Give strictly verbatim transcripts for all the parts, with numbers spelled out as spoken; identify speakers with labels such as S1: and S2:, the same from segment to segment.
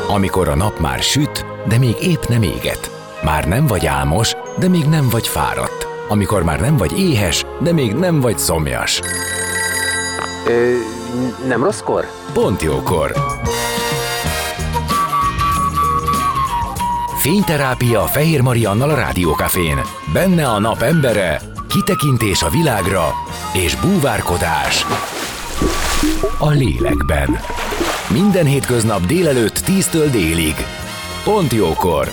S1: Amikor a nap már süt, de még épp nem éget. Már nem vagy álmos, de még nem vagy fáradt. Amikor már nem vagy éhes, de még nem vagy szomjas.
S2: Ö, nem rosszkor?
S1: Pont jókor. Fényterápia Fehér Mariannal a Rádiókafén. Benne a nap embere, kitekintés a világra és búvárkodás a lélekben. Minden hétköznap délelőtt tíztől délig. Pont jókor.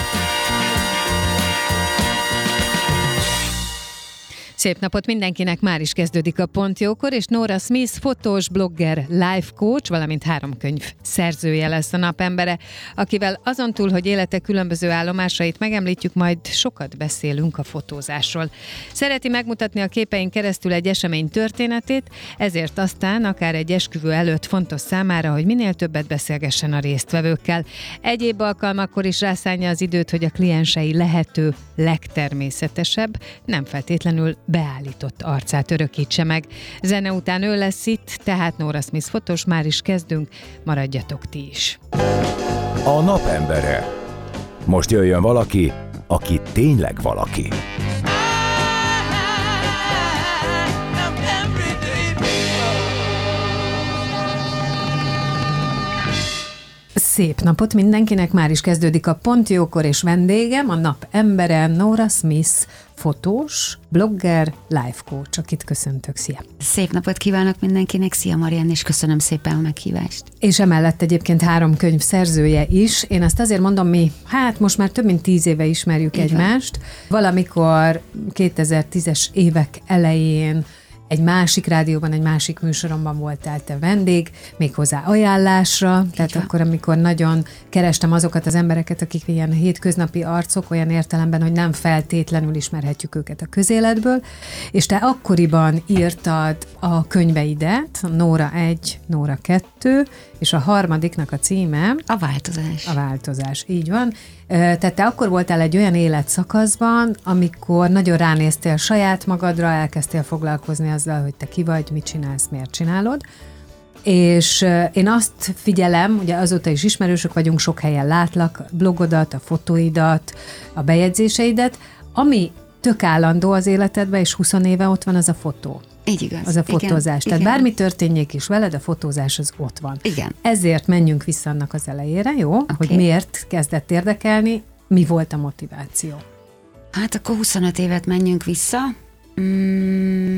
S3: Szép napot mindenkinek, már is kezdődik a Pont jókor, és Nora Smith, fotós, blogger, life coach, valamint három könyv szerzője lesz a napembere, akivel azon túl, hogy élete különböző állomásait megemlítjük, majd sokat beszélünk a fotózásról. Szereti megmutatni a képein keresztül egy esemény történetét, ezért aztán akár egy esküvő előtt fontos számára, hogy minél többet beszélgessen a résztvevőkkel. Egyéb alkalmakkor is rászánja az időt, hogy a kliensei lehető legtermészetesebb, nem feltétlenül beállított arcát örökítse meg. Zene után ő lesz itt, tehát Nora Smith fotós, már is kezdünk, maradjatok ti is.
S1: A napembere. Most jöjjön valaki, aki tényleg valaki.
S3: Szép napot mindenkinek, már is kezdődik a Pont jókor, és vendégem a nap embere, Nora Smith, fotós, blogger, life coach, akit köszöntök. Szia!
S4: Szép napot kívánok mindenkinek, szia Mariann, és köszönöm szépen a meghívást.
S3: És emellett egyébként három könyv szerzője is. Én azt azért mondom, mi, hát most már több mint tíz éve ismerjük Igen. egymást. Valamikor kétezer-tízes évek elején egy másik rádióban, egy másik műsoromban voltál te vendég, méghozzá ajánlásra, így tehát van. Akkor, amikor nagyon kerestem azokat az embereket, akik ilyen hétköznapi arcok, olyan értelemben, hogy nem feltétlenül ismerhetjük őket a közéletből, és te akkoriban írtad a könyveidet, Nóra egy, Nóra kettő, és a harmadiknak a címe...
S4: A változás.
S3: A változás, így van. Tehát te akkor voltál egy olyan életszakaszban, amikor nagyon ránéztél saját magadra, elkezdtél foglalkozni azzal, hogy te ki vagy, mit csinálsz, miért csinálod. És én azt figyelem, ugye azóta is ismerősök vagyunk, sok helyen látlak, blogodat, a fotóidat, a bejegyzéseidet, ami tök állandó az életedben, és húsz éve ott van, az a fotó.
S4: Így igaz.
S3: Az a fotózás. Igen, Tehát igen. bármi történjék is veled, a fotózás az ott van.
S4: Igen.
S3: Ezért menjünk vissza annak az elejére, jó? Okay. Hogy miért kezdett érdekelni, mi volt a motiváció?
S4: Hát akkor huszonöt évet menjünk vissza. Mm.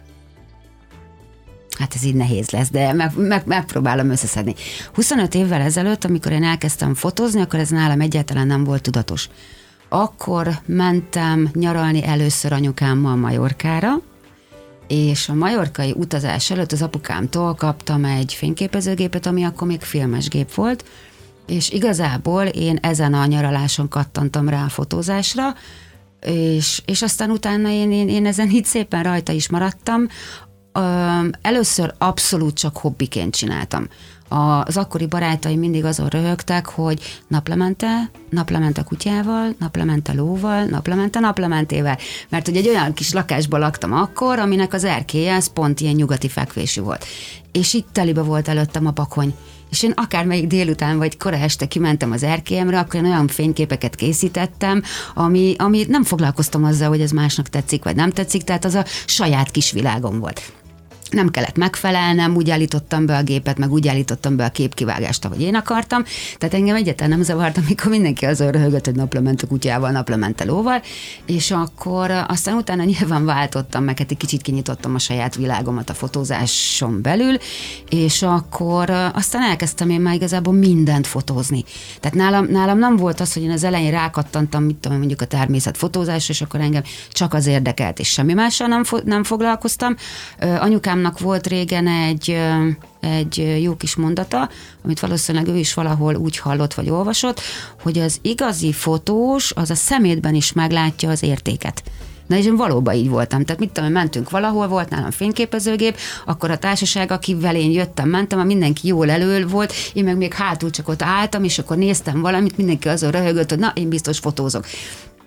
S4: Hát ez így nehéz lesz, de meg, meg, megpróbálom összeszedni. huszonöt évvel ezelőtt, amikor én elkezdtem fotózni, akkor ez nálam egyáltalán nem volt tudatos. Akkor mentem nyaralni először anyukámmal Majorkára, és a majorkai utazás előtt az apukámtól kaptam egy fényképezőgépet, ami akkor még filmes gép volt, és igazából én ezen a nyaraláson kattantam rá a fotózásra, és, és aztán utána én, én, én ezen így szépen rajta is maradtam. Először abszolút csak hobbiként csináltam. Az akkori barátaim mindig azon röhögtek, hogy naplemente, naplemente kutyával, naplemente lóval, naplemente naplementével. Mert hogy egy olyan kis lakásban laktam akkor, aminek az erkélye az pont ilyen nyugati fekvésű volt. És itt telibe volt előttem a bakony. És én akármelyik délután vagy kora este kimentem az erkélyemre, akkor én olyan fényképeket készítettem, ami, ami nem foglalkoztam azzal, hogy ez másnak tetszik, vagy nem tetszik, tehát az a saját kis világom volt. Nem kellett megfelelnem, úgy állítottam be a gépet, meg úgy állítottam be a képkivágást, ahogy én akartam. Tehát engem egyáltalán nem zavart, amikor mindenki azon röhögött, hogy naplemente kutyával, naplemente lóval, és akkor aztán utána nyilván váltottam, meg hát egy kicsit kinyitottam a saját világomat a fotózáson belül, és akkor aztán elkezdtem én már igazából mindent fotózni. Tehát nálam, nálam nem volt az, hogy én az elején rákattantam, mit tudom, mondjuk a természetfotózásra, és akkor engem csak az érdekelt, és semmi mással nem, fo- nem foglalkoztam. Anyukám volt régen egy, egy jó kis mondata, amit valószínűleg ő is valahol úgy hallott vagy olvasott, hogy az igazi fotós az a szemétben is meglátja az értéket. Na és én valóban így voltam. Tehát mit tudom, mentünk valahol, volt nálam fényképezőgép, akkor a társaság, akivel én jöttem, mentem, mindenki jól elől volt, én meg még hátul csak ott álltam, és akkor néztem valamit, mindenki azon röhögött, hogy na, én biztos fotózok.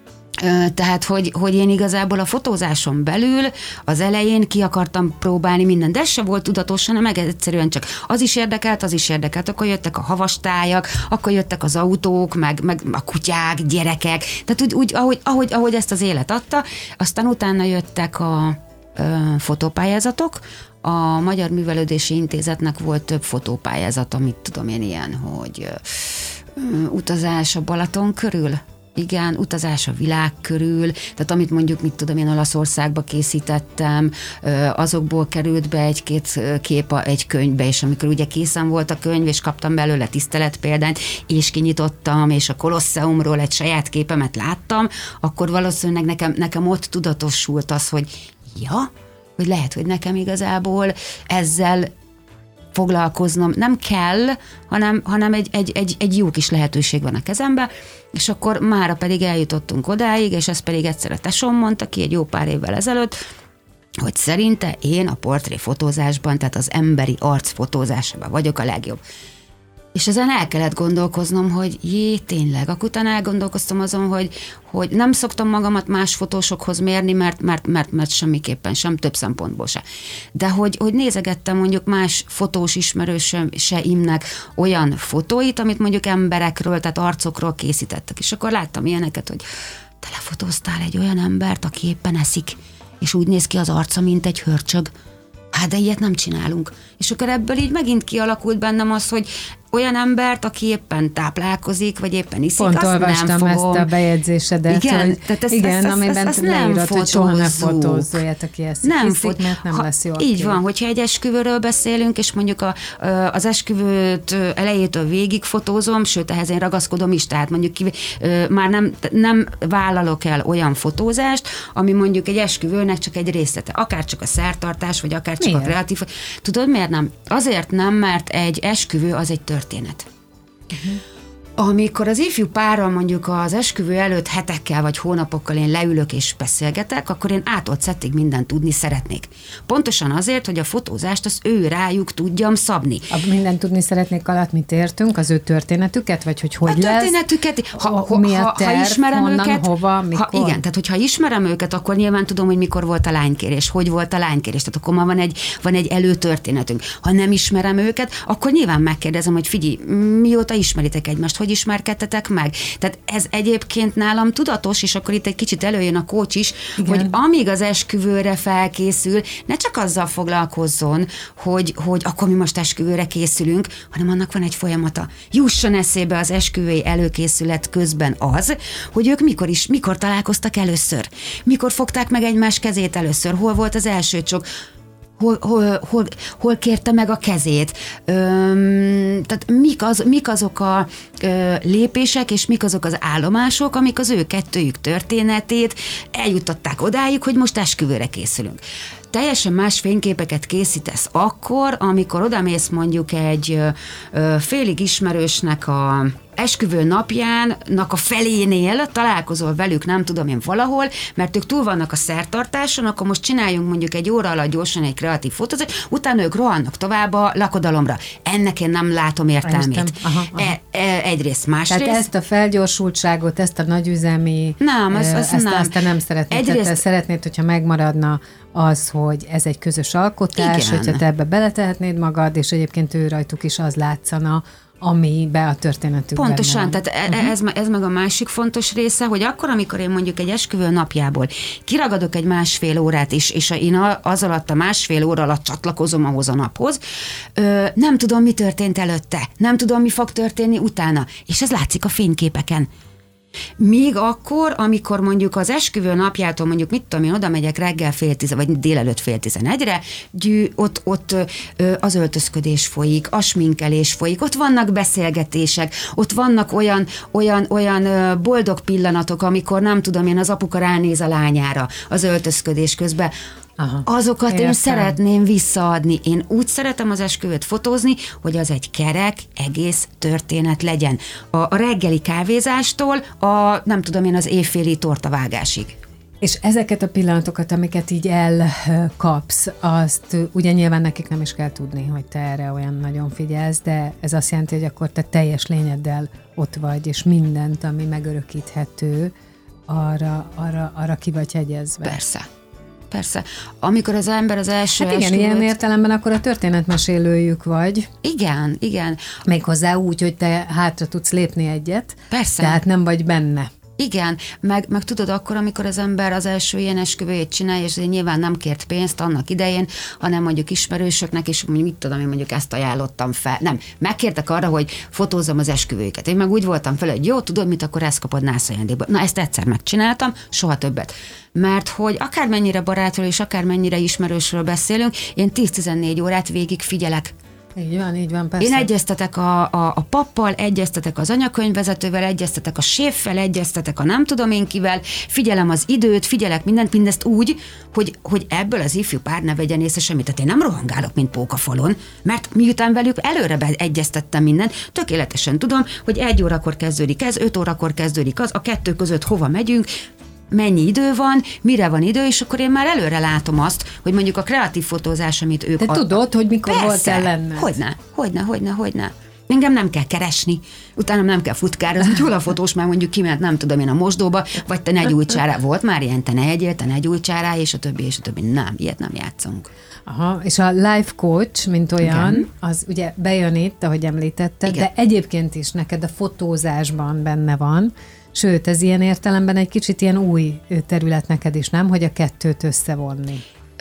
S4: Tehát, hogy, hogy én igazából a fotózáson belül az elején ki akartam próbálni minden, de ez se volt tudatos, hanem meg egyszerűen csak az is érdekelt, az is érdekelt, akkor jöttek a havastájak, akkor jöttek az autók, meg, meg a kutyák, gyerekek, tehát úgy, úgy ahogy, ahogy, ahogy ezt az élet adta, aztán utána jöttek a ö, fotópályázatok. A Magyar Művelődési Intézetnek volt több fotópályázat, amit tudom én ilyen, hogy ö, utazás a Balaton körül, igen, utazás a világ körül, tehát amit mondjuk, mit tudom én, Olaszországba készítettem, azokból került be egy-két kép egy könyvbe, és amikor ugye készen volt a könyv, és kaptam belőle tiszteletpéldányt, és kinyitottam, és a Kolosseumról egy saját képemet láttam, akkor valószínűleg nekem, nekem ott tudatosult az, hogy ja, hogy lehet, hogy nekem igazából ezzel foglalkoznom nem kell, hanem, hanem egy, egy, egy, egy jó kis lehetőség van a kezembe, és akkor mára pedig eljutottunk odáig, és ezt pedig egyszer a tesóm mondta ki egy jó pár évvel ezelőtt, hogy szerinte én a portréfotózásban, tehát az emberi arc fotózásában vagyok a legjobb. És ezen el kellett gondolkoznom, hogy jé, tényleg. Akkor utána elgondolkoztam azon, hogy, hogy nem szoktam magamat más fotósokhoz mérni, mert, mert, mert, mert semmiképpen sem, több szempontból se. De hogy, hogy nézegettem mondjuk más fotós ismerőseimnek olyan fotóit, amit mondjuk emberekről, tehát arcokról készítettek. És akkor láttam ilyeneket, hogy te lefotóztál egy olyan embert, aki éppen eszik, és úgy néz ki az arca, mint egy hörcsög. Hát de ilyet nem csinálunk. És akkor ebből így megint kialakult bennem az, hogy olyan embert, aki éppen táplálkozik, vagy éppen iszik,
S3: Pont
S4: azt
S3: olvastam
S4: nem fogom.
S3: ezt a bejegyzésedet,
S4: igen,
S3: hogy
S4: tehát ezt,
S3: igen,
S4: ezt, ezt,
S3: amiben
S4: ezt, ezt
S3: leírod, hogy soha ne fotózz olyat, aki ezt
S4: nem
S3: hiszik,
S4: fot-
S3: mert nem
S4: ha,
S3: lesz jó.
S4: Így
S3: kép.
S4: van, hogyha egy esküvőről beszélünk, és mondjuk a, az esküvőt elejétől végig fotózom, sőt, ehhez én ragaszkodom is, tehát mondjuk ki, már nem, nem vállalok el olyan fotózást, ami mondjuk egy esküvőnek csak egy részlete, akár csak a szertartás, vagy akár csak
S3: miért?
S4: a kreatív. Tudod, miért nem? Azért nem, mert egy esküvő az egy történet. Uh-huh. Amikor az ifjú párral mondjuk az esküvő előtt hetekkel vagy hónapokkal én leülök és beszélgetek, akkor én ától szettig mindent tudni szeretnék. Pontosan azért, hogy a fotózást az ő rájuk tudjam szabni.
S3: A mindent tudni szeretnék alatt, mit értünk, az ő történetüket, vagy hogy hogy
S4: a
S3: lesz?
S4: történetüket, ha, ha,
S3: mi a
S4: ha,
S3: terv,
S4: ha ismerem
S3: honnan,
S4: őket,
S3: hova, mikor?
S4: Ha, igen, tehát hogyha ismerem őket, akkor nyilván tudom, hogy mikor volt a lánykérés, hogy volt a lánykérés, tehát akkor már van egy, van egy előtörténetünk. Ha nem ismerem őket, akkor nyilván megkérdezem, hogy figyelj, mióta ismeritek egymást, hogy ismerkedtetek meg. Tehát ez egyébként nálam tudatos, és akkor itt egy kicsit előjön a coach is, igen, hogy amíg az esküvőre felkészül, ne csak azzal foglalkozzon, hogy, hogy akkor mi most esküvőre készülünk, hanem annak van egy folyamata. Jusson eszébe az esküvői előkészület közben az, hogy ők mikor is, mikor találkoztak először, mikor fogták meg egymás kezét először, hol volt az első csok, Hol, hol, hol, hol kérte meg a kezét, Öm, tehát mik, az, mik azok a ö, lépések, és mik azok az állomások, amik az ő kettőjük történetét eljutották odáig, hogy most esküvőre készülünk. Teljesen más fényképeket készítesz akkor, amikor odamész mondjuk egy ö, félig ismerősnek a esküvő napjának a felénél találkozol velük, nem tudom én valahol, mert ők túl vannak a szertartáson, akkor most csináljunk mondjuk egy óra alatt gyorsan egy kreatív fotózást, utána ők rohannak tovább a lakodalomra. Ennek én nem látom értelmét.
S3: Aha, aha.
S4: E, e, egyrészt, másrészt.
S3: Tehát ezt a felgyorsultságot, ezt a nagyüzemi,
S4: nem, ez, ez
S3: ezt,
S4: nem.
S3: ezt te nem szeretnéd.
S4: Egyrészt...
S3: Tehát szeretnéd, hogyha megmaradna az, hogy ez egy közös alkotás,
S4: Igen.
S3: hogyha te ebbe beletehetnéd magad, és egyébként ő rajtuk is az látszana, amiben a történetükben
S4: Pontosan,
S3: van.
S4: tehát uh-huh. ez, ez meg a másik fontos része, hogy akkor, amikor én mondjuk egy esküvő napjából kiragadok egy másfél órát is, és én az alatt a másfél óra alatt csatlakozom ahhoz a naphoz, ö, nem tudom, mi történt előtte, nem tudom, mi fog történni utána, és ez látszik a fényképeken. Míg akkor, amikor mondjuk az esküvő napjától mondjuk, mit tudom én, oda megyek reggel fél tizen, vagy délelőtt fél tizenegyre, gyű, ott, ott ö, az öltözködés folyik, a sminkelés folyik, ott vannak beszélgetések, ott vannak olyan, olyan, olyan ö, boldog pillanatok, amikor nem tudom én, az apuka ránéz a lányára az öltözködés közben. Aha, azokat értem. Én szeretném visszaadni. Én úgy szeretem az esküvőt fotózni, hogy az egy kerek, egész történet legyen. A, a reggeli kávézástól a, nem tudom én, az éjféli tortavágásig.
S3: És ezeket a pillanatokat, amiket így elkapsz, azt ugye nyilván nekik nem is kell tudni, hogy te erre olyan nagyon figyelsz, de ez azt jelenti, hogy akkor te teljes lényeddel ott vagy, és mindent, ami megörökíthető, arra, arra, arra ki vagy hegyezve.
S4: Persze. Persze. Amikor az ember az első
S3: Hát igen,
S4: esküvőt...
S3: ilyen értelemben akkor a történetmesélőjük vagy.
S4: Igen, igen.
S3: Méghozzá úgy, hogy te hátra tudsz lépni egyet.
S4: Persze.
S3: Tehát nem vagy benne.
S4: Igen, meg, meg tudod akkor, amikor az ember az első ilyen esküvőjét csinálja, és nyilván nem kért pénzt annak idején, hanem mondjuk ismerősöknek, és mondjuk mit tudom, én mondjuk ezt ajánlottam fel. Nem, megkértek arra, hogy fotózzam az esküvőjüket. Én meg úgy voltam fel, hogy jó, tudod mit, akkor ezt kapod nász ajándékba. Na, ezt egyszer megcsináltam, soha többet. Mert hogy akármennyire barátról és akármennyire ismerősről beszélünk, én tíz-tizennégy órát végig figyelek.
S3: Így van, így van, persze.
S4: Én egyeztetek a, a, a pappal, egyeztetek az anyakönyvvezetővel, egyeztetek a séffel, egyeztetek a nem tudom én kivel, figyelem az időt, figyelek mindent, mindezt úgy, hogy, hogy ebből az ifjú pár ne vegyen észre semmit. Tehát én nem rohangálok, mint pókafalon, mert miután velük előre egyeztettem mindent, tökéletesen tudom, hogy egy órakor kezdődik ez, öt órakor kezdődik az, a kettő között hova megyünk, mennyi idő van, mire van idő, és akkor én már előre látom azt, hogy mondjuk a kreatív fotózás, amit ők...
S3: Te
S4: ad...
S3: tudod, hogy mikor
S4: Persze,
S3: voltál lenne.
S4: Hogyne, hogyne, hogyne, hogyne. Engem nem kell keresni, utána nem kell futkározni, hogy hol a fotós, már mondjuk kiment, nem tudom én, a mosdóba, vagy te ne gyújtsál. Volt már ilyen, te ne egyél, te ne gyújtsál, és a többi, és a többi. Nem, ilyet nem játszunk.
S3: Aha, és a life coach, mint olyan, igen, az ugye bejön itt, ahogy említetted, igen, de egyébként is neked a fotózásban benne van, sőt, ez ilyen értelemben egy kicsit ilyen új terület neked is, nem? Hogy a kettőt összevonni.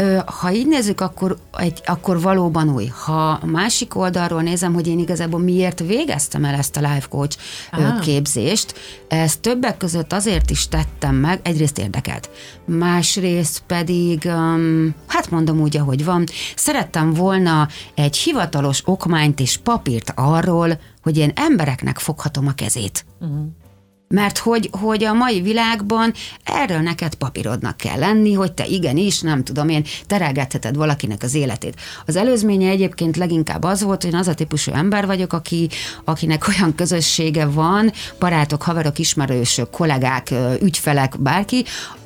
S4: Ha így nézzük, akkor, egy, akkor valóban új. Ha a másik oldalról nézem, hogy én igazából miért végeztem el ezt a life coach Aha. képzést, ezt többek között azért is tettem meg, egyrészt érdekelt, másrészt pedig, um, hát mondom úgy, ahogy van, szerettem volna egy hivatalos okmányt és papírt arról, hogy én embereknek foghatom a kezét. Uh-huh. Mert hogy, hogy a mai világban erről neked papírodnak kell lenni, hogy te igenis, nem tudom én, terelgetheted valakinek az életét. Az előzménye egyébként leginkább az volt, hogy én az a típusú ember vagyok, aki, akinek olyan közössége van, barátok, haverok, ismerősök, kollégák, ügyfelek, bárki,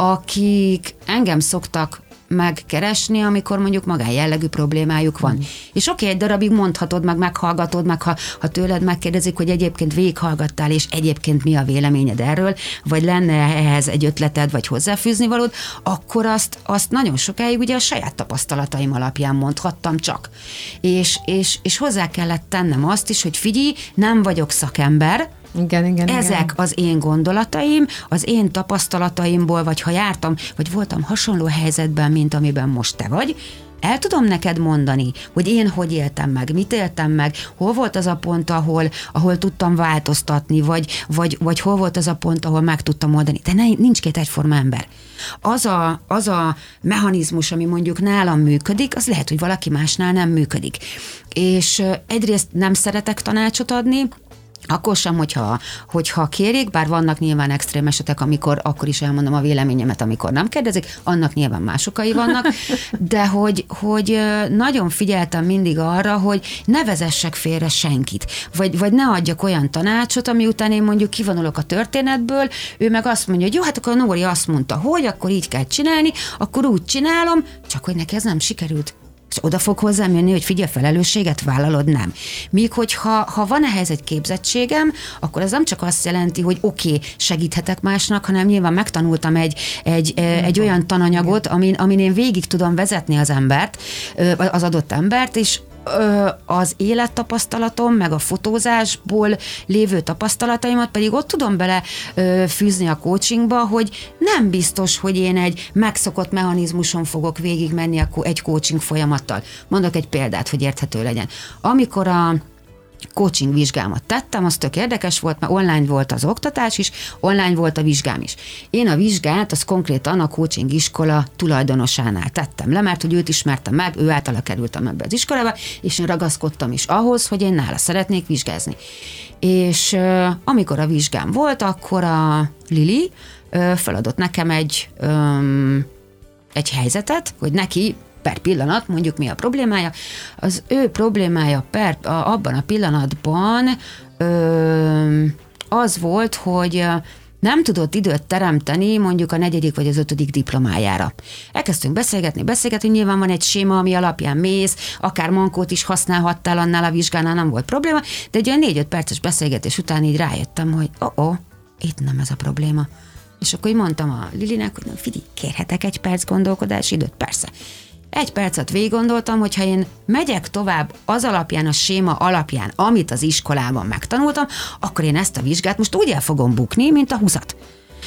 S4: akik engem szoktak megkeresni, amikor mondjuk magánjellegű problémájuk van. Mm. És oké, egy darabig mondhatod, meg meghallgatod, meg ha, ha tőled megkérdezik, hogy egyébként végighallgattál, és egyébként mi a véleményed erről, vagy lenne ehhez egy ötleted, vagy hozzáfűzni valód, akkor azt, azt nagyon sokáig ugye a saját tapasztalataim alapján mondhattam csak. És, és, és hozzá kellett tennem azt is, hogy figyelj, nem vagyok szakember,
S3: Igen, igen,
S4: ezek
S3: igen.
S4: az én gondolataim, az én tapasztalataimból, vagy ha jártam, vagy voltam hasonló helyzetben, mint amiben most te vagy, el tudom neked mondani, hogy én hogy éltem meg, mit éltem meg, hol volt az a pont, ahol, ahol tudtam változtatni, vagy, vagy, vagy hol volt az a pont, ahol meg tudtam oldani. De ne, nincs két egyforma ember. Az a, az a mechanizmus, ami mondjuk nálam működik, az lehet, hogy valaki másnál nem működik. És egyrészt nem szeretek tanácsot adni, akkor sem, hogyha, hogyha kérik, bár vannak nyilván extrém esetek, amikor akkor is elmondom a véleményemet, amikor nem kérdezik, annak nyilván más okai vannak, de hogy, hogy nagyon figyeltem mindig arra, hogy ne vezessek félre senkit, vagy, vagy ne adjak olyan tanácsot, ami után én mondjuk kivonulok a történetből, ő meg azt mondja, hogy jó, hát akkor a Nóri azt mondta, hogy akkor így kell csinálni, akkor úgy csinálom, csak hogy neki ez nem sikerült. És oda fog hozzám jönni, hogy figyelj, felelősséget vállalod, nem. Míg hogyha ha van ehhez egy képzettségem, akkor ez nem csak azt jelenti, hogy oké, okay, segíthetek másnak, hanem nyilván megtanultam egy, egy, egy olyan tananyagot, amin, amin én végig tudom vezetni az embert, az adott embert, és az élettapasztalatom, meg a fotózásból lévő tapasztalataimat pedig ott tudom bele fűzni a coachingba, hogy nem biztos, hogy én egy megszokott mechanizmuson fogok végigmenni egy coaching folyamattal. Mondok egy példát, hogy érthető legyen. Amikor a coaching vizsgámat tettem, az tök érdekes volt, mert online volt az oktatás is, online volt a vizsgám is. Én a vizsgát az konkrétan a coaching iskola tulajdonosánál tettem le, mert hogy őt ismertem meg, ő általa kerültem ebbe az iskolába, és én ragaszkodtam is ahhoz, hogy én nála szeretnék vizsgázni. És uh, amikor a vizsgám volt, akkor a Lili uh, feladott nekem egy, um, egy helyzetet, hogy neki per pillanat, mondjuk mi a problémája, az ő problémája per, a, abban a pillanatban ö, az volt, hogy nem tudott időt teremteni mondjuk a negyedik vagy az ötödik diplomájára. Elkezdtünk beszélgetni, beszélgetni, nyilván van egy séma, ami alapján mész, akár mankót is használhattál, annál a vizsgánál nem volt probléma, de egy olyan négy-öt perces beszélgetés után így rájöttem, hogy ó, oh, oh, itt nem ez a probléma. És akkor így mondtam a Lilinek, hogy na figyelj, kérhetek egy perc gondolkodási időt? Persze. Egy percet végig gondoltam, hogy ha én megyek tovább az alapján, a séma alapján, amit az iskolában megtanultam, akkor én ezt a vizsgát most úgy el fogom bukni, mint a húszat.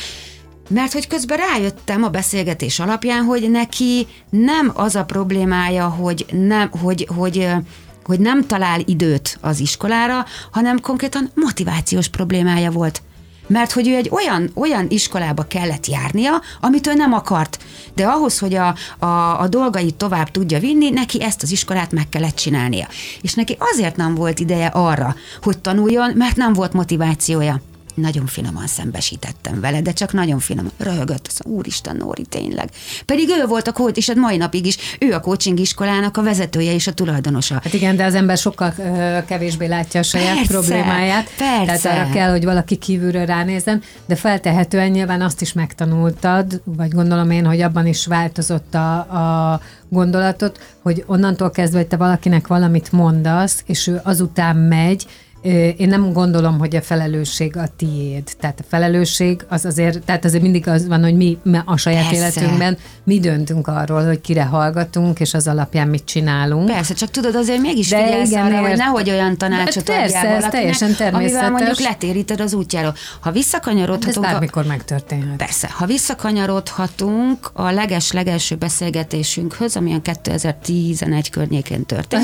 S4: Mert hogy közben rájöttem a beszélgetés alapján, hogy neki nem az a problémája, hogy nem, hogy, hogy, hogy nem talál időt az iskolára, hanem konkrétan motivációs problémája volt. Mert hogy ő egy olyan, olyan iskolába kellett járnia, amit ő nem akart. De ahhoz, hogy a, a, a dolgait tovább tudja vinni, neki ezt az iskolát meg kellett csinálnia. És neki azért nem volt ideje arra, hogy tanuljon, mert nem volt motivációja. Nagyon finoman szembesítettem vele, de csak nagyon finoman. Röhögött, azt mondja, úristen, Nóri, tényleg. Pedig ő volt a coach, és hát mai napig is ő a coaching iskolának a vezetője és a tulajdonosa.
S3: Hát igen, de az ember sokkal uh, kevésbé látja a saját persze, problémáját.
S4: Persze.
S3: Tehát arra kell, hogy valaki kívülről ránézzen, de feltehetően nyilván azt is megtanultad, vagy gondolom én, hogy abban is változott a, a gondolatot, hogy onnantól kezdve, hogy te valakinek valamit mondasz, és ő azután megy. Én nem gondolom, hogy a felelősség a tiéd. Tehát a felelősség az azért, tehát azért mindig az van, hogy mi a saját Persze. életünkben mi döntünk arról, hogy kire hallgatunk, és az alapján mit csinálunk.
S4: Persze, csak tudod, azért mégis figyelsz arra, hogy nehogy olyan tanácsot adjál valakinek, amivel mondjuk letéríted az útjáról. Ha visszakanyarodhatunk...
S3: Ez bármikor megtörténhet.
S4: Persze, ha visszakanyarodhatunk a leges-legelső beszélgetésünkhöz, ami a kétezer-tizenegy környékén történt,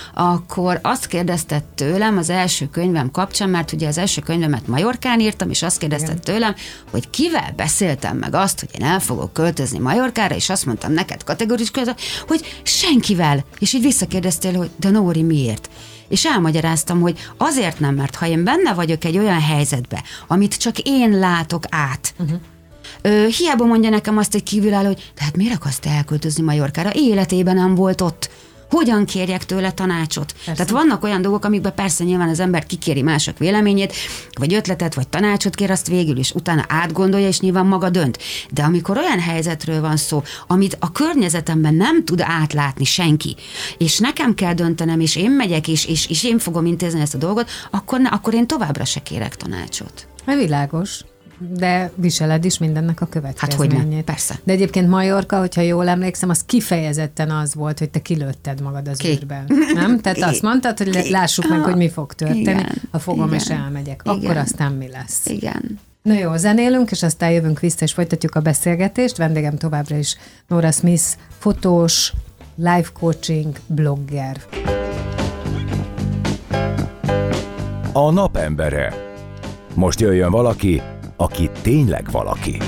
S4: akkor azt kérdezted tőlem az első könyvem kapcsán, mert ugye az első könyvemet Majorkán írtam, és azt kérdezted tőlem, hogy kivel beszéltem meg azt, hogy én el fogok költözni Majorkára, és azt mondtam neked kategorikus, hogy senkivel. És így visszakérdeztél, hogy de Nóri, miért? És elmagyaráztam, hogy azért nem, mert ha én benne vagyok egy olyan helyzetbe, amit csak én látok át, uh-huh. Ö, hiába mondja nekem azt egy kívülálló, hogy de hát miért akarsz te elköltözni Majorkára? Életében nem volt ott. Hogyan kérjek tőle tanácsot? Persze. Tehát vannak olyan dolgok, amikben persze nyilván az ember kikéri mások véleményét, vagy ötletet, vagy tanácsot kér, azt végül is utána átgondolja, és nyilván maga dönt. De amikor olyan helyzetről van szó, amit a környezetemben nem tud átlátni senki, és nekem kell döntenem, és én megyek, és, és, és én fogom intézni ezt a dolgot, akkor, ne, akkor én továbbra se kérek tanácsot.
S3: Hát világos. De viseled is mindennek a következményét.
S4: Hát hogyne, persze.
S3: De egyébként Majorka, hogyha jól emlékszem, az kifejezetten az volt, hogy te kilőtted magad az
S4: Ki?
S3: űrben. Nem? Tehát azt mondtad, hogy lássuk meg, hogy mi fog történni, igen, ha fogom igen, és elmegyek. Akkor igen, aztán mi lesz.
S4: Igen.
S3: Na jó, zenélünk, és aztán jövünk vissza, és folytatjuk a beszélgetést. Vendégem továbbra is Nora Smith, fotós, life coaching, blogger.
S1: A napembere. Most jöjjön valaki, aki tényleg valaki.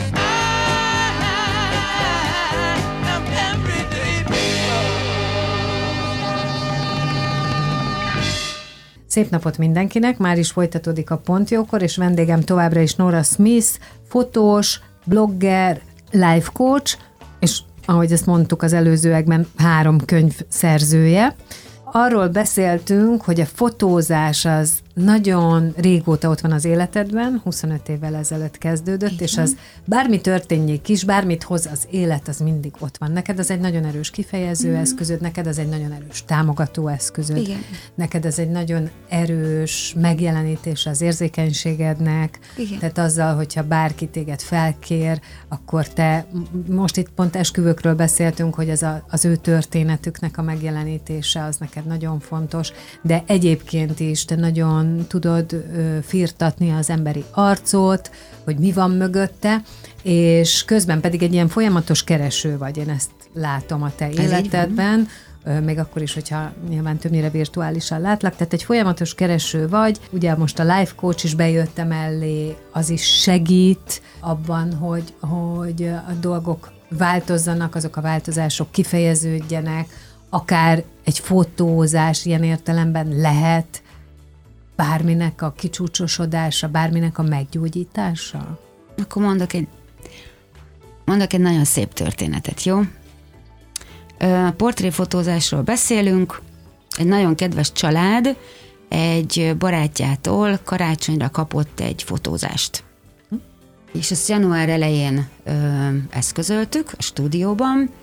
S3: Szép napot mindenkinek, már is folytatódik a Pontjókor, és vendégem továbbra is Nora Smith, fotós, blogger, life coach, és ahogy ezt mondtuk az előzőekben, három könyv szerzője. Arról beszéltünk, hogy a fotózás az nagyon régóta ott van az életedben, huszonöt évvel ezelőtt kezdődött, igen, és az bármi történjék is, bármit hoz az élet, az mindig ott van. Neked az egy nagyon erős kifejező mm. eszközöd, neked az egy nagyon erős támogató eszközöd, igen, neked az egy nagyon erős megjelenítés az érzékenységednek, igen, tehát azzal, hogyha bárki téged felkér, akkor te, most itt pont esküvőkről beszéltünk, hogy ez a, az ő történetüknek a megjelenítése az neked nagyon fontos, de egyébként is te nagyon tudod ö, firtatni az emberi arcot, hogy mi van mögötte, és közben pedig egy ilyen folyamatos kereső vagy, én ezt látom a te ez életedben, ö, még akkor is, hogyha nyilván többnyire virtuálisan látlak, tehát egy folyamatos kereső vagy, ugye most a life coach is bejött mellé, az is segít abban, hogy, hogy a dolgok változzanak, azok a változások kifejeződjenek, akár egy fotózás ilyen értelemben lehet bárminek a kicsúcsosodása, bárminek a meggyógyítása?
S4: Akkor mondok egy, mondok egy nagyon szép történetet, jó? Portréfotózásról beszélünk, egy nagyon kedves család egy barátjától karácsonyra kapott egy fotózást. És ezt január elején ö, eszközöltük a stúdióban.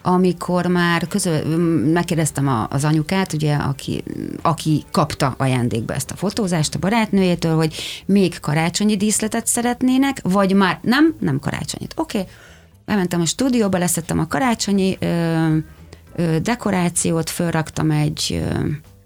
S4: amikor már közül, megkérdeztem a, az anyukát, ugye, aki, aki kapta ajándékba ezt a fotózást a barátnőjétől, hogy még karácsonyi díszletet szeretnének, vagy már nem, nem karácsonyit. Oké, okay. Bementem a stúdióba, leszettem a karácsonyi ö, ö, dekorációt, fölraktam egy ö,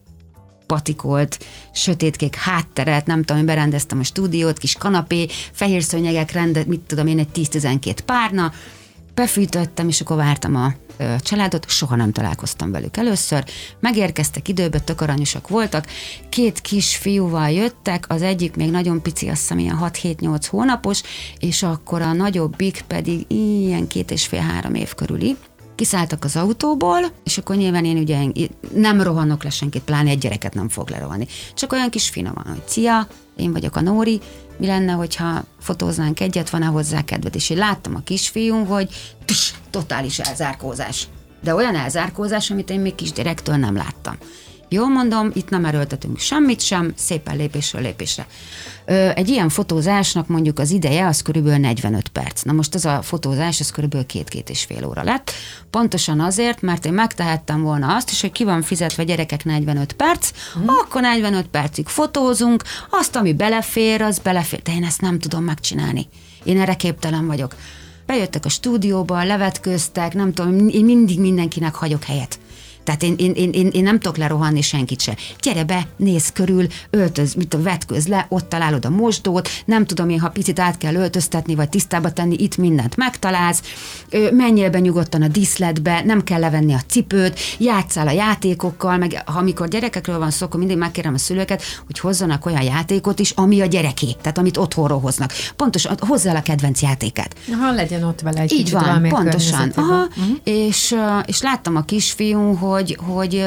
S4: patikolt, sötétkék hátteret, nem tudom, én berendeztem a stúdiót, kis kanapé, fehér szőnyegek, rendet, mit tudom én, egy tíz-tizenkét párna, befűtöttem, és akkor vártam a ö, családot, soha nem találkoztam velük először, megérkeztek időbe, tök aranyosak voltak, két kis fiúval jöttek, az egyik még nagyon pici, azt hiszem ilyen hat-hét-nyolc hónapos, és akkor a nagyobbik pedig ilyen két és fél-három év körüli. Kiszálltak az autóból, és akkor nyilván én ugye nem rohanok le senkit, pláne egy gyereket nem fog lerohanni. Csak olyan kis finoman, hogy szia, én vagyok a Nóri, mi lenne, hogyha fotóznánk egyet, van-e hozzá kedved? És én láttam a kisfiún, hogy tüss, totális elzárkózás. De olyan elzárkózás, amit én még kisgyerektől nem láttam. Jól mondom, itt nem erőltetünk semmit sem, szépen lépésről lépésre. Ö, egy ilyen fotózásnak mondjuk az ideje az körülbelül negyvenöt perc. Na most ez a fotózás, ez körülbelül két-két és fél óra lett. Pontosan azért, mert én megtehettem volna azt is, hogy ki van fizetve gyerekek negyvenöt perc, hmm. akkor negyvenöt percig fotózunk, azt, ami belefér, az belefér. De én ezt nem tudom megcsinálni. Én erre képtelen vagyok. Bejöttek a stúdióba, levetköztek, nem tudom, én mindig mindenkinek hagyok helyet. Tehát én, én, én, én nem tudok lerohanni senkit se. Gyere be, nézz körül, öltöz, mit tudom, vetközz le, ott találod a mosdót, nem tudom én, ha picit át kell öltöztetni, vagy tisztába tenni, itt mindent megtalálsz, menjél be nyugodtan a díszletbe, nem kell levenni a cipőt, játsszál a játékokkal, meg ha amikor gyerekekről van szó, akkor mindig megkérem a szülőket, hogy hozzanak olyan játékot is, ami a gyereké, tehát amit otthonról hoznak. Pontosan, hozzá a kedvenc játékát.
S3: Ha legyen ott vele egy
S4: így van, pontosan. Aha, uh-huh. és, és láttam a kisfiún, hogy, hogy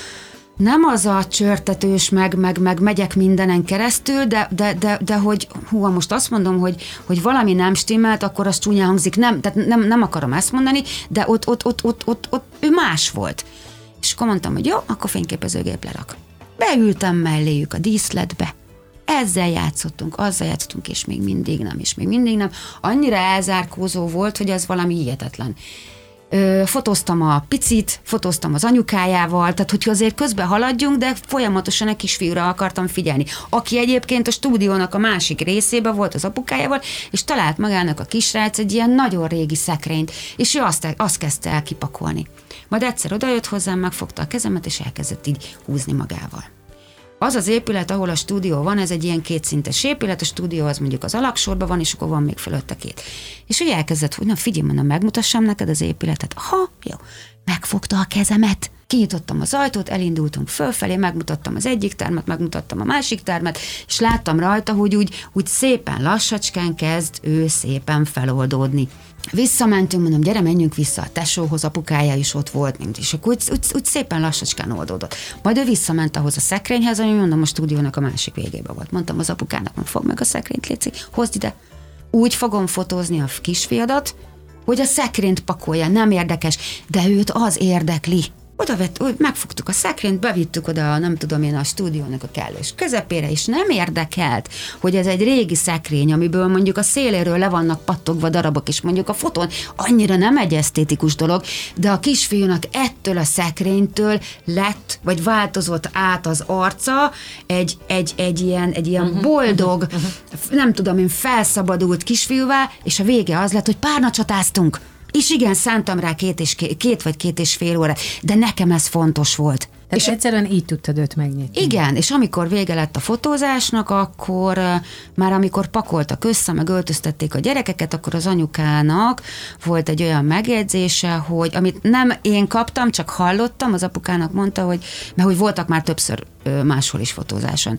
S4: nem az a csörtetős, meg, meg, meg megyek mindenen keresztül, de, de, de, de hogy hú, ha most azt mondom, hogy, hogy valami nem stimmelt, akkor az csúnyán hangzik. Nem, tehát nem, nem akarom ezt mondani, de ott, ott, ott, ott, ott, ott ő más volt. És akkor mondtam, hogy jó, akkor fényképezőgép lerak. Beültem melléjük a díszletbe, ezzel játszottunk, azzal játszottunk, és még mindig nem, és még mindig nem. Annyira elzárkózó volt, hogy ez valami hihetetlen. Ö, fotóztam a picit, fotóztam az anyukájával, tehát hogy azért közben haladjunk, de folyamatosan egy kisfiúra akartam figyelni, aki egyébként a stúdiónak a másik részében volt az apukájával, és talált magának a kisrác egy ilyen nagyon régi szekrényt, és ő azt, azt kezdte el kipakolni. Majd egyszer odajött hozzám, megfogta a kezemet, és elkezdett így húzni magával. Az az épület, ahol a stúdió van, ez egy ilyen kétszintes épület, a stúdió az mondjuk az alaksorban van, és akkor van még fölötte két. És úgy elkezdett, hogy na figyelj, mondom, megmutassam neked az épületet. Aha, jó. Megfogta a kezemet. Kinyitottam az ajtót, elindultunk fölfelé, megmutattam az egyik termet, megmutattam a másik termet, és láttam rajta, hogy úgy, úgy szépen lassacskán kezd ő szépen feloldódni. Visszamentünk, mondom, gyere, menjünk vissza a tesóhoz, apukája is ott volt, mint is, akkor úgy, úgy, úgy szépen lassacskán oldódott. Majd ő visszament ahhoz a szekrényhez, ami mondom, a stúdiónak a másik végében volt. Mondtam az apukának, hogy fogd meg a szekrényt, létszik, hozd ide. Úgy fogom fotózni a kisfiadat, hogy a szekrényt pakolja, nem érdekes, de őt az érdekli. Oda vett, úgy megfogtuk a szekrényt, bevittük oda, nem tudom én, a stúdiónak a kellős közepére, és nem érdekelt, hogy ez egy régi szekrény, amiből mondjuk a széléről le vannak pattogva darabok, és mondjuk a fotón annyira nem egy esztétikus dolog, de a kisfiúnak ettől a szekrénytől lett, vagy változott át az arca egy, egy, egy ilyen, egy ilyen uh-huh, boldog, uh-huh, uh-huh. nem tudom én, felszabadult kisfiúvá, és a vége az lett, hogy párnacsatáztunk. És igen, szántam rá két, és két, két vagy két és fél órát, de nekem ez fontos volt.
S3: Tehát
S4: és
S3: egyszerűen így tudtad őt megnyitni.
S4: Igen, és amikor vége lett a fotózásnak, akkor már amikor pakoltak össze, meg öltöztették a gyerekeket, akkor az anyukának volt egy olyan megjegyzése, hogy amit nem én kaptam, csak hallottam, az apukának mondta, hogy, mert hogy voltak már többször máshol is fotózáson.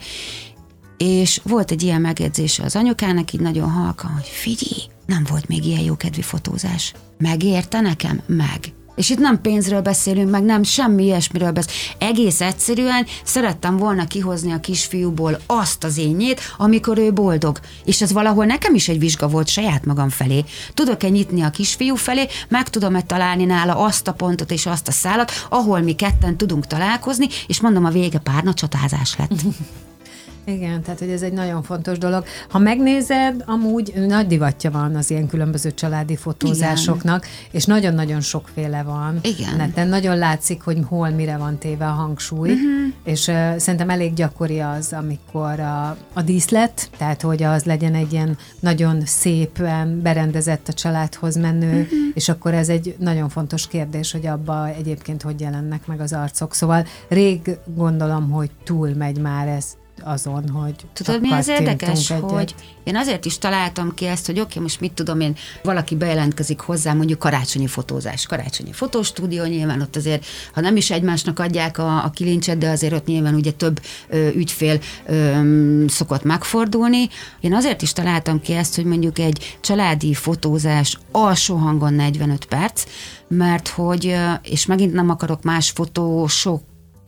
S4: És volt egy ilyen megjegyzése az anyukának, így nagyon halkan, hogy figyelj, nem volt még ilyen jókedvű fotózás. Megérte nekem? Meg. És itt nem pénzről beszélünk, meg nem semmi ilyesmiről beszélünk. Egész egyszerűen szerettem volna kihozni a kisfiúból azt az énjét, amikor ő boldog. És ez valahol nekem is egy vizsga volt saját magam felé. Tudok-e nyitni a kisfiú felé, meg tudom-e találni nála azt a pontot és azt a szálat, ahol mi ketten tudunk találkozni, és mondom, a vége párnacsatázás lett.
S3: Igen, tehát hogy ez egy nagyon fontos dolog. Ha megnézed, amúgy nagy divatja van az ilyen különböző családi fotózásoknak, igen. és nagyon-nagyon sokféle van.
S4: Igen.
S3: Neten nagyon látszik, hogy hol mire van téve a hangsúly, uh-huh. és uh, szerintem elég gyakori az, amikor a, a díszlet, tehát hogy az legyen egy ilyen nagyon szépen berendezett a családhoz menő, uh-huh. és akkor ez egy nagyon fontos kérdés, hogy abba egyébként hogy jelennek meg az arcok. Szóval rég gondolom, hogy túl megy már ez azon, hogy
S4: tudod, mi az érdekes, egyet. Hogy én azért is találtam ki ezt, hogy oké, okay, most mit tudom én, valaki bejelentkezik hozzá, mondjuk karácsonyi fotózás, karácsonyi fotostúdió, nyilván ott azért, ha nem is egymásnak adják a, a kilincset, de azért ott nyilván ugye több ö, ügyfél ö, szokott megfordulni. Én azért is találtam ki ezt, hogy mondjuk egy családi fotózás alsó hangon negyvenöt perc, mert hogy, és megint nem akarok más fotósok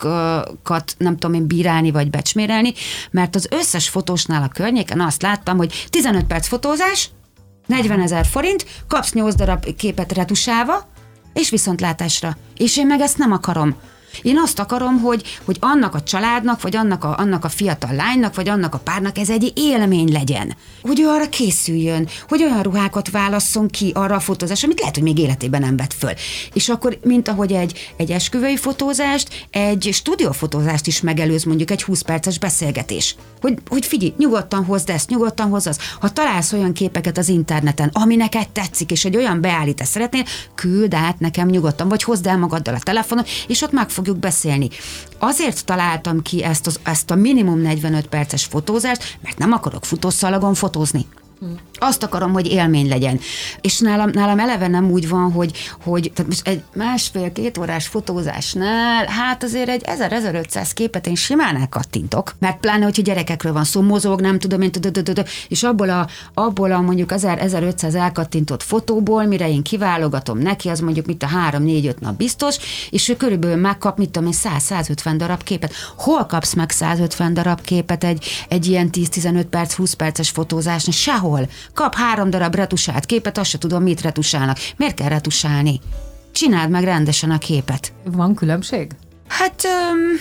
S4: kat nem tudom én bírálni vagy becsmérelni, mert az összes fotósnál a környéken azt láttam, hogy tizenöt perc fotózás, negyvenezer forint, kapsz nyolc darab képet retusálva, és viszontlátásra. És én meg ezt nem akarom. Én azt akarom, hogy, hogy annak a családnak, vagy annak a, annak a fiatal lánynak, vagy annak a párnak ez egy élmény legyen. Hogy ő arra készüljön, hogy olyan ruhákat válasszon ki arra a fotózásra, amit lehet, hogy még életében nem vett föl. És akkor, mint ahogy egy, egy esküvői fotózást, egy stúdiófotózást is megelőz mondjuk egy húsz perces beszélgetés. Hogy, hogy figyelj, nyugodtan hozd ezt, nyugodtan hozd azt. Ha találsz olyan képeket az interneten, ami neked tetszik, és egy olyan beállítást szeretnél, küld át nekem nyugodtan, vagy hozd el magaddal a telefonon, és ott meg fogjuk beszélni. Azért találtam ki ezt, az, ezt a minimum negyvenöt perces fotózást, mert nem akarok futószalagon fotózni. Hmm. Azt akarom, hogy élmény legyen. És nálam, nálam eleve nem úgy van, hogy, hogy tehát most egy másfél-két órás fotózásnál, hát azért egy ezer-ezerötszáz képet én simán elkattintok, mert pláne, hogyha gyerekekről van szó, mozog, nem tudom én, és abból a, abból a mondjuk ezer-ezerötszáz elkattintott fotóból, mire én kiválogatom neki, az mondjuk mit a három-négy-öt nap biztos, és ő körülbelül megkap, mit tudom én, száz-százötven darab képet. Hol kapsz meg százötven darab képet egy, egy ilyen tíz-tizenöt perc, húsz perces fotózásnál? Sehol. Kap három darab retusált képet, azt se tudom, mit retusálnak. Miért kell retusálni? Csináld meg rendesen a képet.
S3: Van különbség?
S4: Hát um,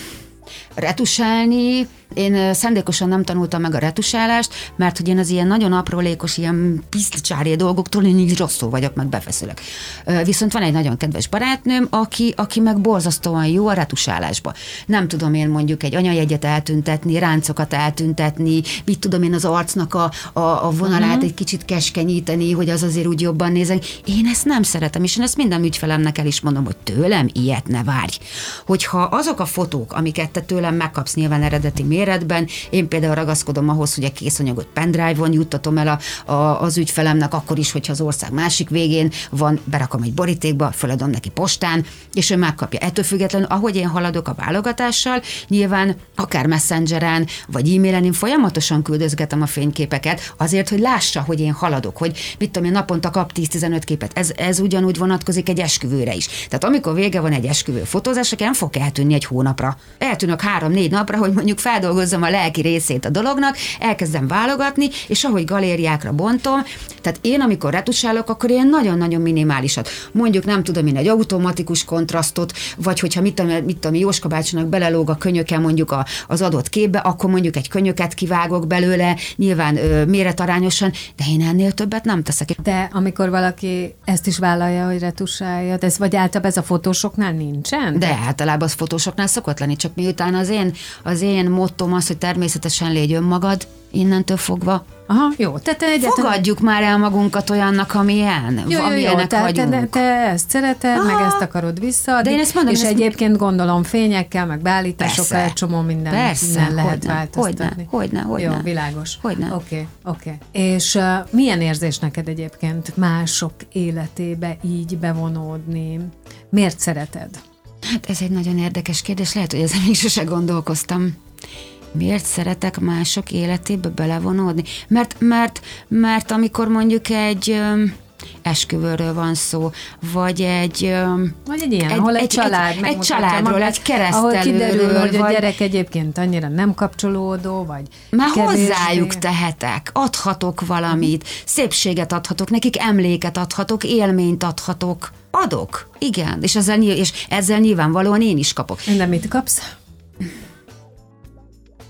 S4: retusálni, én szándékosan nem tanultam meg a retusálást, mert hogy én az ilyen nagyon aprólékos, ilyen piszlicsári dolgoktól én így rosszul vagyok, meg befeszülök. Viszont van egy nagyon kedves barátnőm, aki, aki meg borzasztóan jó a retusálásba. Nem tudom én mondjuk egy anyajegyet eltüntetni, ráncokat eltüntetni, mit tudom én az arcnak a, a, a vonalát uh-huh. egy kicsit keskenyíteni, hogy az azért úgy jobban nézzen. Én ezt nem szeretem, és én ezt minden ügyfelemnek el is mondom, hogy tőlem ilyet ne várj. Hogyha azok a fotók, amiket te tőlem megkapsz nyilván eredeti méretben, én például ragaszkodom ahhoz, hogy a készanyagot pendrive-on juttatom el a, a, az ügyfelemnek, akkor is, hogyha az ország másik végén van, berakom egy borítékba, feladom neki postán, és ő megkapja. Ettől függetlenül, ahogy én haladok a válogatással, nyilván akár messengeren, vagy e-mailen én folyamatosan küldözgetem a fényképeket, azért, hogy lássa, hogy én haladok, hogy mit tudom én, naponta kap tíz-tizenöt képet. Ez, ez ugyanúgy vonatkozik egy esküvőre is. Tehát amikor vége van egy esküvő fotózásnak, nem fog eltűnni egy hónapra. Eltűnök három-négy napra, hogy mondjuk feldolgozzam a lelki részét a dolognak, elkezdem válogatni, és ahogy galériákra bontom, tehát én, amikor retusálok, akkor ilyen nagyon-nagyon minimálisat. Mondjuk nem tudom én egy automatikus kontrasztot, vagy hogyha mit tudom, mit tudom Jóska bácsinak belelóg a könyöke mondjuk a, az adott képbe, akkor mondjuk egy könyöket kivágok belőle, nyilván ö, méretarányosan, de én ennél többet nem teszek.
S3: De amikor valaki ezt is vállalja, hogy retusálja, de ez vagy általában ez a fotósoknál nincsen?
S4: De általában az fotósoknál szokott lenni, csak miután az én, az én mottom az, hogy természetesen légy önmagad, innentől fogva.
S3: Aha, jó. Te, te egyetlen...
S4: Fogadjuk már el magunkat olyannak, amilyen,
S3: jó,
S4: amilyenek
S3: jó, jó,
S4: vagyunk.
S3: Te, te ezt szereted, aha, meg ezt akarod vissza,
S4: de én ezt mondom,
S3: és
S4: ezt
S3: egyébként m- gondolom fényekkel, meg beállításokkal egy csomó minden,
S4: persze,
S3: minden lehet
S4: hogyne,
S3: változtatni.
S4: Hogyne, hogyne, hogyne.
S3: Jó, világos.
S4: Hogyne.
S3: Oké, okay, oké. Okay. És uh, milyen érzés neked egyébként mások életébe így bevonódni? Miért szereted?
S4: Hát ez egy nagyon érdekes kérdés, lehet, hogy ezen még sose gondolkoztam. Miért szeretek mások életébe belevonódni? Mert, mert, mert amikor mondjuk egy öm, esküvőről van szó, vagy egy... Öm,
S3: vagy egy ilyen, egy, ahol egy, egy család
S4: egy, egy családról, magát, egy keresztelőről.
S3: Ahol kiderül, hogy
S4: vagy,
S3: a gyerek egyébként annyira nem kapcsolódó, vagy
S4: már
S3: kevésbé.
S4: Hozzájuk tehetek, adhatok valamit, uh-huh. szépséget adhatok, nekik emléket adhatok, élményt adhatok. Adok, igen, és ezzel, és ezzel nyilvánvalóan én is kapok.
S3: De mit kapsz?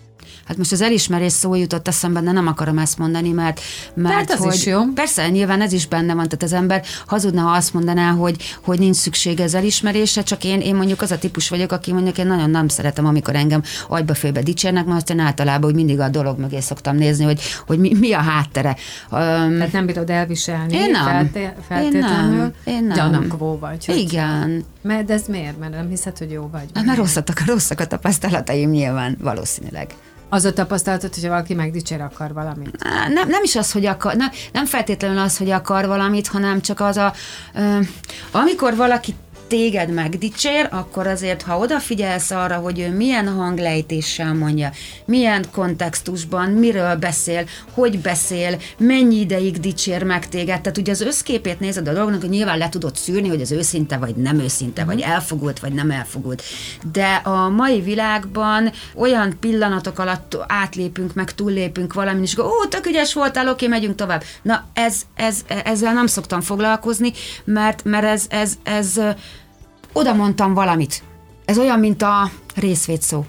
S4: Hát most az elismerés szó jutott eszembe, de nem akarom ezt mondani, mert, mert
S3: az
S4: hogy,
S3: is jó.
S4: Persze, nyilván ez is benne van, tehát az ember hazudna, ha azt mondaná, hogy, hogy nincs szüksége az elismerésre, csak én, én mondjuk az a típus vagyok, aki mondjuk én nagyon nem szeretem, amikor engem agyba-főbe dicsérnek, mert aztán általában úgy mindig a dolog mögé szoktam nézni, hogy, hogy mi, mi a háttere. Um,
S3: Tehát nem bírod elviselni.
S4: Én nem.
S3: Felté- feltétlenül.
S4: Én nem. Én nem.
S3: Gyanakvó vagy. Hogy...
S4: Igen.
S3: Mert de ez miért? Mert nem hiszed, hogy jó vagy?
S4: Hát mert rosszak, rosszak a tapasztalataim nyilván, valószínűleg.
S3: Az a tapasztalatod, hogyha valaki megdicsér akar valamit?
S4: Nem, nem is az, hogy akar, nem, nem feltétlenül az, hogy akar valamit, hanem csak az a, ö, amikor valaki téged megdicsér, akkor azért, ha odafigyelsz arra, hogy ő milyen hanglejtéssel mondja, milyen kontextusban, miről beszél, hogy beszél, mennyi ideig dicsér meg téged, tehát ugye az összképét nézed a dolognak, hogy nyilván le tudod szűrni, hogy az őszinte, vagy nem őszinte, vagy elfogult, vagy nem elfogult. De a mai világban olyan pillanatok alatt átlépünk, meg túllépünk valamin, és ó, tök ügyes voltál, oké, megyünk tovább. Na, ez, ez, ezzel nem szoktam foglalkozni, mert, mert ez, ez, ez oda mondtam valamit. Ez olyan, mint a részvét szó.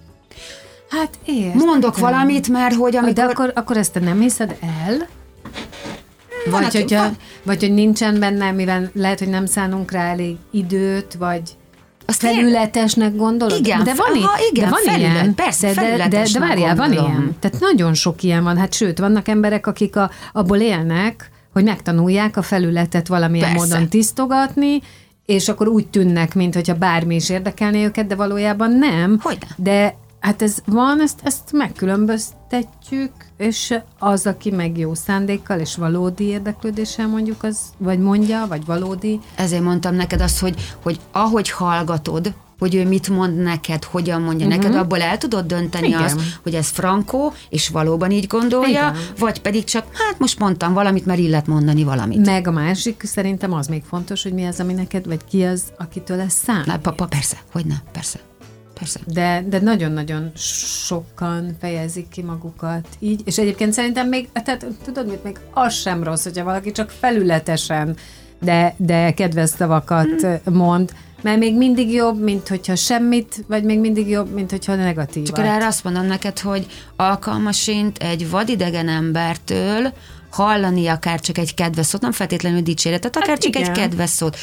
S3: Hát értem.
S4: Mondok valamit, mert hogy amikor...
S3: De akkor, akkor ezt te nem hiszed el? Vagy,
S4: hát,
S3: hogyha,
S4: van.
S3: vagy hogy nincsen benne, mivel lehet, hogy nem szánunk rá elég időt, vagy
S4: Azt
S3: felületesnek gondolod?
S4: Igen,
S3: de van,
S4: aha, igen,
S3: de van
S4: felület,
S3: ilyen.
S4: persze,
S3: de, de, de, de várjál, van
S4: gondolom.
S3: ilyen. Tehát nagyon sok ilyen van. Hát sőt, vannak emberek, akik a, abból élnek, hogy megtanulják a felületet valamilyen
S4: Persze.
S3: módon tisztogatni, és akkor úgy tűnnek, mintha bármi is érdekelné őket, de valójában nem.
S4: Hogyne.
S3: De hát ez van, ezt, ezt megkülönböztetjük, és az, aki meg jó szándékkal és valódi érdeklődéssel mondjuk, az, vagy mondja, vagy valódi.
S4: Ezért mondtam neked azt, hogy, hogy ahogy hallgatod, hogy ő mit mond neked, hogyan mondja uh-huh. neked, abból el tudod dönteni
S3: Igen.
S4: azt, hogy ez frankó, és valóban így gondolja,
S3: Igen.
S4: vagy pedig csak, hát most mondtam valamit, mert illet mondani valamit.
S3: Meg a másik, szerintem az még fontos, hogy mi az, ami neked, vagy ki az, akitől ez szám.
S4: Na, papa, persze, hogyne, persze. Persze.
S3: De, de nagyon-nagyon sokan fejezik ki magukat így, és egyébként szerintem még, tehát tudod mit, még az sem rossz, hogyha valaki csak felületesen, de, de kedves szavakat hmm. mond, mert még mindig jobb, mint hogyha semmit, vagy még mindig jobb, mint hogyha negatívat.
S4: Csak erre azt mondom neked, hogy alkalmasint egy vadidegen embertől hallani akár csak egy kedves szót, nem feltétlenül dicséretet, akár hát csak igen. egy kedves szót.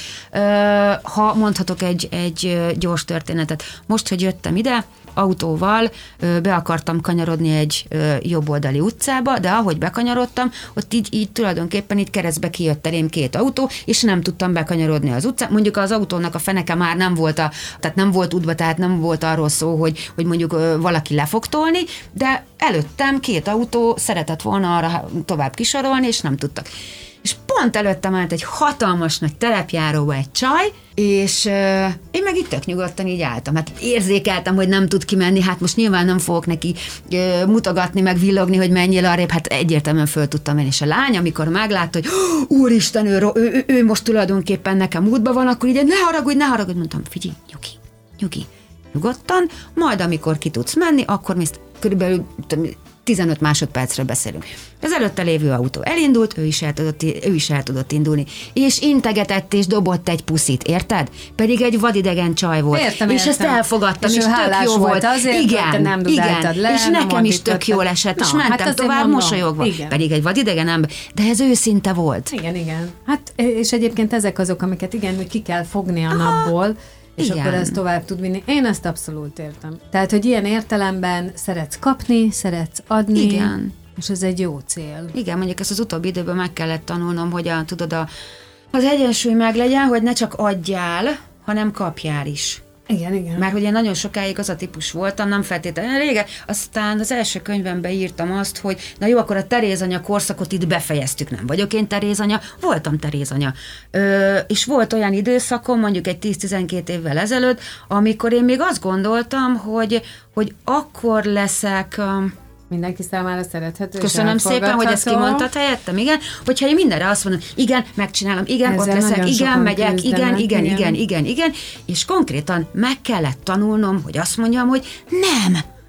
S4: Ha mondhatok egy, egy gyors történetet. Most, hogy jöttem ide, autóval be akartam kanyarodni egy jobboldali utcába, de ahogy bekanyarodtam, ott így, így tulajdonképpen itt keresztbe kijött elém két autó, és nem tudtam bekanyarodni az utcán. Mondjuk az autónak a feneke már nem volt, a, tehát nem volt útba, tehát nem volt arról szó, hogy, hogy mondjuk valaki le fog tolni, de előttem két autó szeretett volna arra tovább kisorolni, és nem tudtak. És pont előttem állt egy hatalmas nagy telepjáróba egy csaj, és euh, én meg itt tök nyugodtan így álltam. Hát érzékeltem, hogy nem tud kimenni, hát most nyilván nem fogok neki euh, mutogatni, meg villogni, hogy menjél arrébb, hát egyértelműen föl tudtam menni. És a lány, amikor meglátta, hogy úristen, ő, ő, ő, ő most tulajdonképpen nekem útba van, akkor így ne haragudj, ne haragudj, mondtam, figyelj, nyugi, nyugi, nyugodtan, majd amikor ki tudsz menni, akkor mi körülbelül tizenöt másodpercről beszélünk. Az előtte lévő autó elindult, ő is el tudott, ő is el tudott indulni, és integetett és dobott egy puszit, érted? Pedig egy vadidegen csaj volt.
S3: Értem,
S4: és
S3: értem.
S4: ezt elfogadtam, és,
S3: és
S4: tök jó volt.
S3: volt azért,
S4: igen,
S3: hogy te nem
S4: igen,
S3: le,
S4: és nekem is tök jól esett,
S3: Na,
S4: és mentem
S3: hát
S4: tovább
S3: mondom,
S4: mosolyogva.
S3: igen.
S4: Pedig egy vadidegen ember, de ez őszinte volt.
S3: Igen, igen. Hát, és egyébként ezek azok, amiket igen, hogy ki kell fogni a Aha. napból, és
S4: Igen.
S3: akkor ezt tovább tud vinni. Én ezt abszolút értem. Tehát, hogy ilyen értelemben szeretsz kapni, szeretsz adni,
S4: Igen.
S3: és ez egy jó cél.
S4: Igen, mondjuk ezt az utóbbi időben meg kellett tanulnom, hogy a, tudod, a, az egyensúly meg legyen, hogy ne csak adjál, hanem kapjál is.
S3: Igen, igen.
S4: Mert hogy én nagyon sokáig az a típus voltam, nem feltétlenül régen, aztán az első könyvemben írtam azt, hogy na jó, akkor a Terézanya korszakot itt befejeztük, nem vagyok én Terézanya, voltam Terézanya. Ö, és volt olyan időszakom, mondjuk egy tíz-tizenkét évvel ezelőtt, amikor én még azt gondoltam, hogy, hogy akkor leszek...
S3: Mindenki számára szerethető.
S4: Köszönöm szépen, hogy ezt kimondtad helyettem, igen. Hogyha én mindenre azt mondom, igen, megcsinálom, igen, ezzel ott leszek, igen, megyek, igen, igen, igen, igen, igen, igen, és konkrétan meg kellett tanulnom, hogy azt mondjam, hogy nem,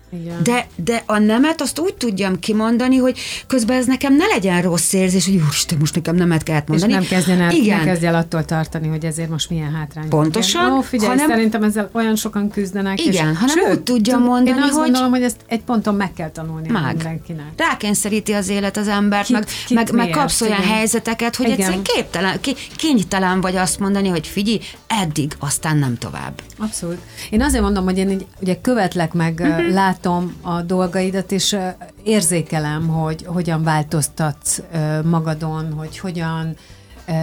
S3: Igen.
S4: De, de a nemet azt úgy tudjam kimondani, hogy közben ez nekem ne legyen rossz érzés, hogy úristen, most nekem nemet kellett mondani.
S3: És nem kezdjen el,
S4: Igen.
S3: ne kezdj el attól tartani, hogy ezért most milyen hátrány.
S4: Pontosan.
S3: Ó, figyelj,
S4: hanem,
S3: szerintem ezzel olyan sokan küzdenek.
S4: igen,
S3: és,
S4: hanem
S3: sőt,
S4: úgy tudja
S3: tud-
S4: mondani,
S3: én azt
S4: hogy
S3: gondolom, hogy ezt egy ponton meg kell tanulni
S4: Meg.
S3: mindenkinek.
S4: rákényszeríti az élet az embert,
S3: Kit-
S4: meg,
S3: kit
S4: meg, meg
S3: miért?
S4: kapsz olyan
S3: Igen.
S4: helyzeteket, hogy
S3: Igen.
S4: egyszerűen képtelen, ki, kénytelen vagy azt mondani, hogy figyelj, eddig, aztán nem tovább.
S3: Abszolút. Én azért mondom, hogy én így, ugye követlek meg, uh-huh. látom a dolgaidat, és uh, érzékelem, hogy hogyan változtatsz uh, magadon, hogy hogyan uh,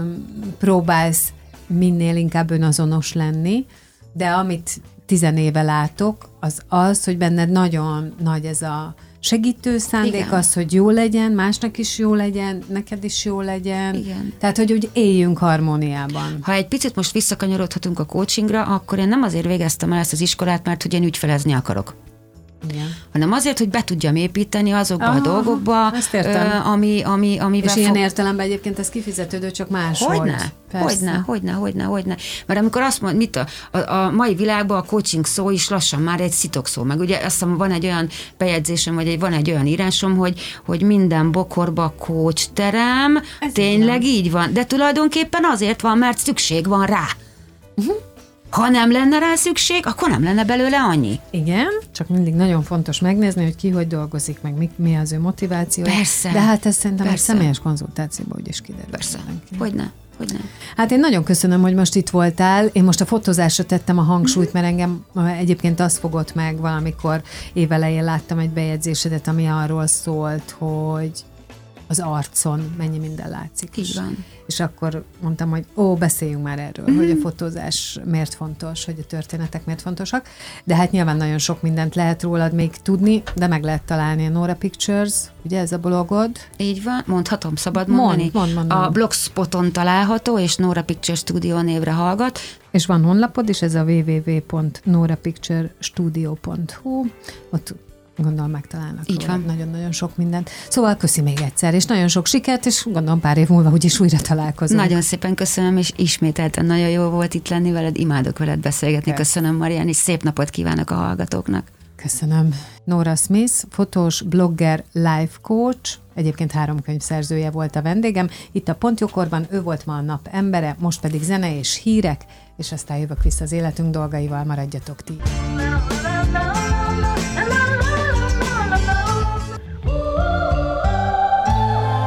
S3: próbálsz minél inkább önazonos lenni, de amit tizenéve látok, az az, hogy benned nagyon nagy ez a segítő szándék,
S4: Igen.
S3: az, hogy jó legyen, másnak is jó legyen, neked is jó legyen.
S4: Igen.
S3: Tehát, hogy úgy éljünk harmóniában.
S4: Ha egy picit most visszakanyarodhatunk a coachingra, akkor én nem azért végeztem el ezt az iskolát, mert hogy én ügyfelezni akarok.
S3: Igen.
S4: Hanem azért, hogy be tudjam építeni azokba
S3: Aha,
S4: a dolgokba,
S3: ezt értem.
S4: ö, ami, ami, amivel
S3: És ilyen
S4: fog...
S3: értelemben egyébként ez kifizetődő, csak máshogy.
S4: Hogyne,
S3: Persze.
S4: hogyne, hogyne, hogyne, hogyne. Mert amikor azt mond, mit a, a, a mai világban a coaching szó is lassan már egy szitok szó. Meg ugye azt hiszem, van egy olyan bejegyzésem, vagy egy, van egy olyan írásom, hogy, hogy minden bokorba coach terem,
S3: Ez
S4: tényleg így van. De tulajdonképpen azért van, mert szükség van rá. Uh-huh. Ha nem lenne rá szükség, akkor nem lenne belőle annyi.
S3: Igen, csak mindig nagyon fontos megnézni, hogy ki hogy dolgozik, meg mi, mi az ő motiváció.
S4: Persze.
S3: De hát ez szerintem egy
S4: Persze.
S3: személyes konzultációban úgyis kiderül.
S4: Persze,
S3: mindenkinek.
S4: hogyne, hogyne.
S3: Hát én nagyon köszönöm, hogy most itt voltál. Én most a fotózásra tettem a hangsúlyt, mert engem egyébként az fogott meg valamikor évelején láttam egy bejegyzésedet, ami arról szólt, hogy az arcon mennyi minden látszik.
S4: Így van.
S3: És akkor mondtam, hogy ó, beszéljünk már erről, mm. hogy a fotózás miért fontos, hogy a történetek miért fontosak. De hát nyilván nagyon sok mindent lehet rólad még tudni, de meg lehet találni a Nora Pictures, ugye ez a blogod.
S4: Így van, mondhatom, szabad
S3: Mond,
S4: mondani?
S3: mond, mond,
S4: a
S3: mond.
S4: Blogspoton található, és Nora Picture Studio névre hallgat.
S3: És van honlapod is, ez a double-u double-u double-u pont nora picture studio pont hu. Ott gondolom megtalálnak
S4: Így van.
S3: nagyon-nagyon sok mindent. Szóval köszi még egyszer, és nagyon sok sikert, és gondolom pár év múlva úgyis újra találkozunk.
S4: Nagyon szépen köszönöm, és ismételten nagyon jó volt itt lenni veled, imádok veled beszélgetni.
S3: Persze.
S4: Köszönöm, Marian, és szép napot kívánok a hallgatóknak.
S3: Köszönöm. Nora Smith, fotós, blogger, life coach, egyébként három könyv szerzője volt a vendégem. Itt a Pontjókorban ő volt ma a nap embere, most pedig zene és hírek, és aztán jövök vissza az életünk dolgaival, maradjatok ti.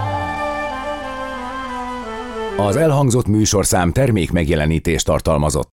S1: Az elhangzott műsorszám termék megjelenítést tartalmazott.